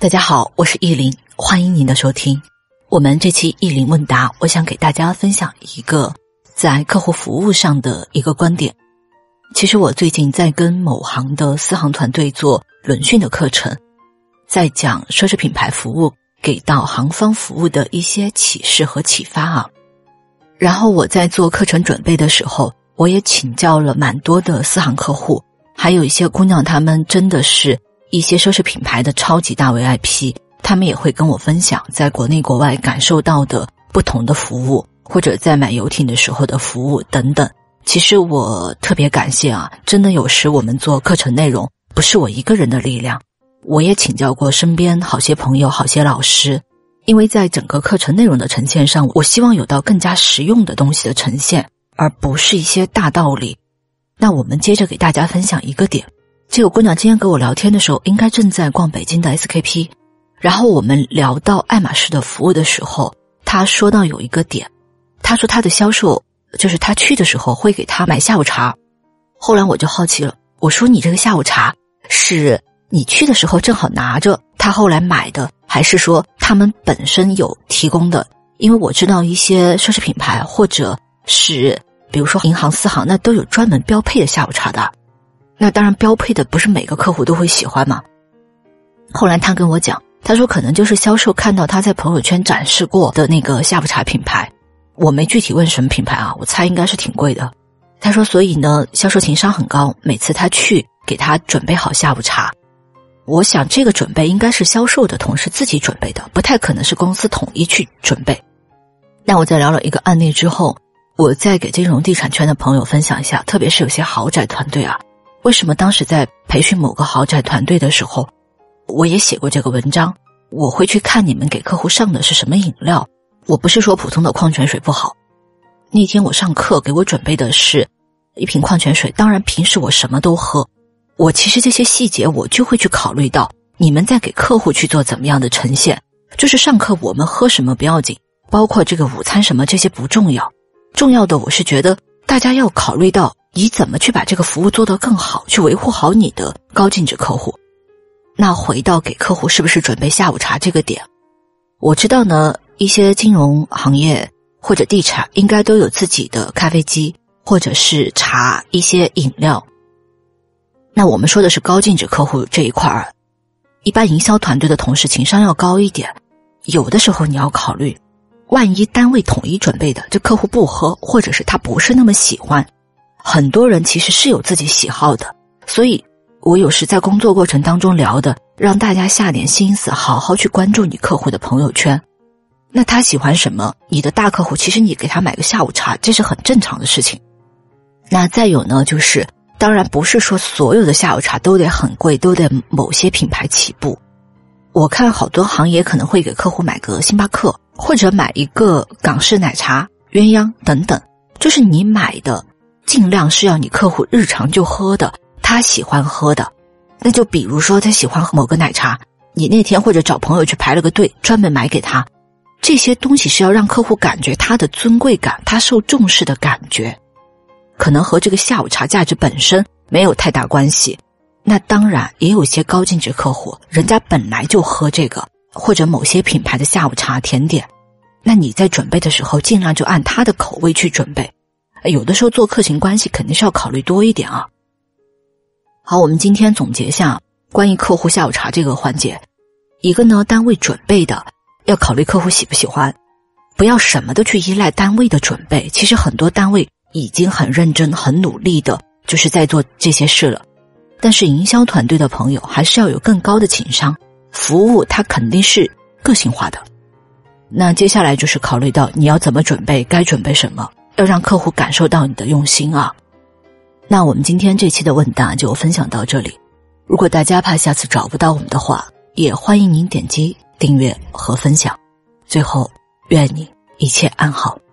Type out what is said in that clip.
大家好，我是意林，欢迎您的收听。我们这期意林问答，我想给大家分享一个在客户服务上的一个观点。其实我最近在跟某行的私行团队做轮训的课程，在讲奢侈品牌服务给到行方服务的一些启示和启发啊。然后我在做课程准备的时候，我也请教了蛮多的私行客户，还有一些姑娘，她们真的是一些奢侈品牌的超级大 VIP， 他们也会跟我分享在国内国外感受到的不同的服务，或者在买游艇的时候的服务等等。其实我特别感谢啊，真的有时我们做课程内容不是我一个人的力量，我也请教过身边好些朋友好些老师，因为在整个课程内容的呈现上，我希望有到更加实用的东西的呈现，而不是一些大道理。那我们接着给大家分享一个点，这个姑娘今天跟我聊天的时候应该正在逛北京的 SKP， 然后我们聊到爱马仕的服务的时候，她说到有一个点，她说她的销售就是她去的时候会给她买下午茶。后来我就好奇了，我说你这个下午茶是你去的时候正好拿着，她后来买的，还是说他们本身有提供的？因为我知道一些奢侈品牌或者是比如说银行私行，那都有专门标配的下午茶的。那当然标配的不是每个客户都会喜欢嘛。后来他跟我讲，他说可能就是销售看到他在朋友圈展示过的那个下午茶品牌，我没具体问什么品牌啊，我猜应该是挺贵的。他说所以呢销售情商很高，每次他去给他准备好下午茶。我想这个准备应该是销售的同事自己准备的，不太可能是公司统一去准备。那我在聊了一个案例之后，我再给金融地产圈的朋友分享一下，特别是有些豪宅团队啊，为什么当时在培训某个豪宅团队的时候，我也写过这个文章，我会去看你们给客户上的是什么饮料。我不是说普通的矿泉水不好，那天我上课给我准备的是一瓶矿泉水，当然平时我什么都喝，我其实这些细节我就会去考虑到你们在给客户去做怎么样的呈现。就是上课我们喝什么不要紧，包括这个午餐什么这些不重要，重要的我是觉得大家要考虑到你怎么去把这个服务做得更好，去维护好你的高净值客户。那回到给客户是不是准备下午茶这个点，我知道呢，一些金融行业或者地产应该都有自己的咖啡机或者是茶一些饮料。那我们说的是高净值客户这一块儿，一般营销团队的同事情商要高一点，有的时候你要考虑万一单位统一准备的这客户不喝，或者是他不是那么喜欢，很多人其实是有自己喜好的，所以我有时在工作过程当中聊的，让大家下点心思，好好去关注你客户的朋友圈。那他喜欢什么，你的大客户其实你给他买个下午茶，这是很正常的事情。那再有呢，就是当然不是说所有的下午茶都得很贵，都得某些品牌起步。我看好多行业可能会给客户买个星巴克，或者买一个港式奶茶、鸳鸯等等，就是你买的尽量是要你客户日常就喝的，他喜欢喝的。那就比如说他喜欢喝某个奶茶，你那天或者找朋友去排了个队专门买给他，这些东西是要让客户感觉他的尊贵感，他受重视的感觉，可能和这个下午茶价值本身没有太大关系。那当然也有些高净值客户，人家本来就喝这个或者某些品牌的下午茶甜点，那你在准备的时候尽量就按他的口味去准备。有的时候做客情关系肯定是要考虑多一点啊。好，我们今天总结一下关于客户下午茶这个环节。一个呢，单位准备的要考虑客户喜不喜欢，不要什么都去依赖单位的准备，其实很多单位已经很认真很努力的就是在做这些事了。但是营销团队的朋友还是要有更高的情商，服务它肯定是个性化的。那接下来就是考虑到你要怎么准备，该准备什么，要让客户感受到你的用心啊。那我们今天这期的问答就分享到这里，如果大家怕下次找不到我们的话，也欢迎您点击订阅和分享。最后愿你一切安好。